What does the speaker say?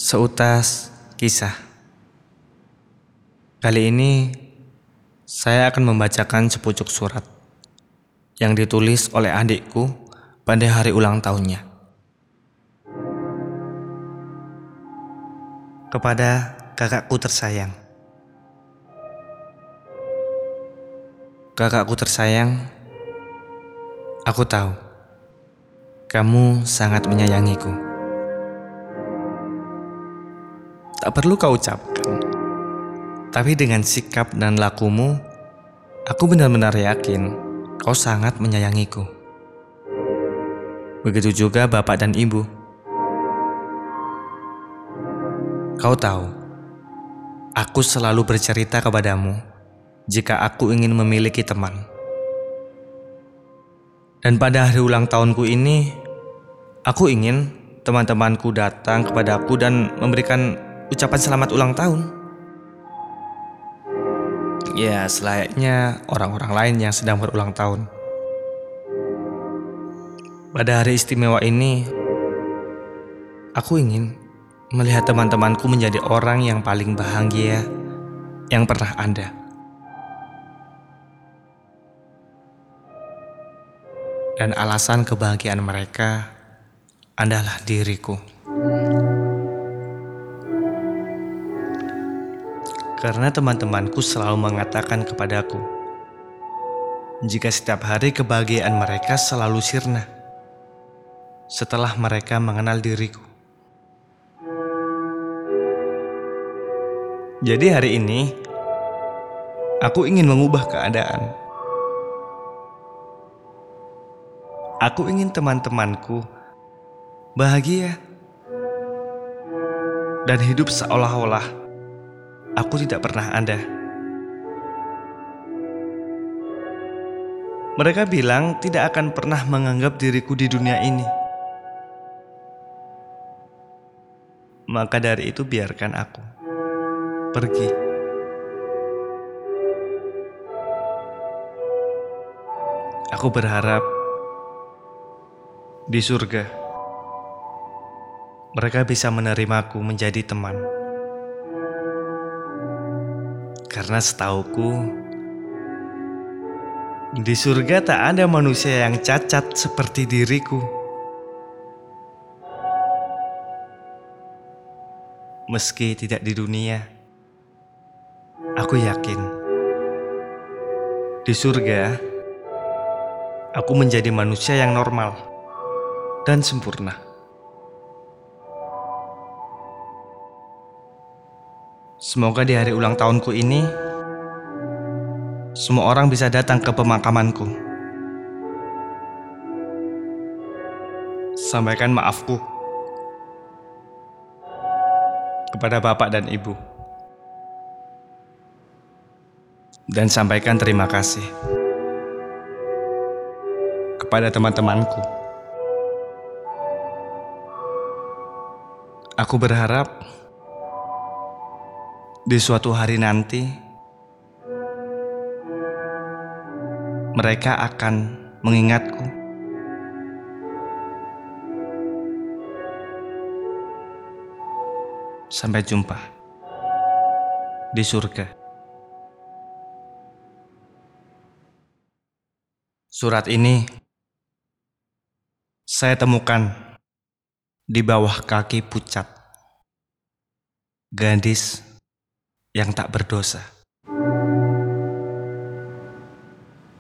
Seutas kisah. Kali ini saya akan membacakan sepucuk surat yang ditulis oleh adikku pada hari ulang tahunnya. Kepada kakakku tersayang. Kakakku tersayang, aku tahu kamu sangat menyayangiku. Tak perlu kau ucapkan, tapi dengan sikap dan lakumu, aku benar-benar yakin kau sangat menyayangiku. Begitu juga bapak dan ibu. Kau tahu, aku selalu bercerita kepadamu jika aku ingin memiliki teman. Dan pada hari ulang tahunku ini, aku ingin teman-temanku datang kepadaku dan memberikan ucapan selamat ulang tahun. Ya, selayaknya orang-orang lain yang sedang berulang tahun. Pada hari istimewa ini, aku ingin melihat teman-temanku menjadi orang yang paling bahagia yang pernah ada. Dan alasan kebahagiaan mereka adalah diriku. Karena teman-temanku selalu mengatakan kepadaku, jika setiap hari kebahagiaan mereka selalu sirna setelah mereka mengenal diriku. Jadi hari ini, aku ingin mengubah keadaan. Aku ingin teman-temanku bahagia dan hidup seolah-olah aku tidak pernah ada. Mereka bilang tidak akan pernah menganggap diriku di dunia ini. Maka dari itu biarkan aku pergi. Aku berharap di surga mereka bisa menerimaku menjadi teman. Karena setauku, di surga tak ada manusia yang cacat seperti diriku. Meski tidak di dunia, aku yakin di surga aku menjadi manusia yang normal dan sempurna. Semoga di hari ulang tahunku ini, semua orang bisa datang ke pemakamanku. Sampaikan maafku kepada bapak dan ibu. Dan sampaikan terima kasih kepada teman-temanku. Aku berharap di suatu hari nanti mereka akan mengingatku. Sampai jumpa di surga. Surat ini saya temukan di bawah kaki Pucat, gadis yang tak berdosa.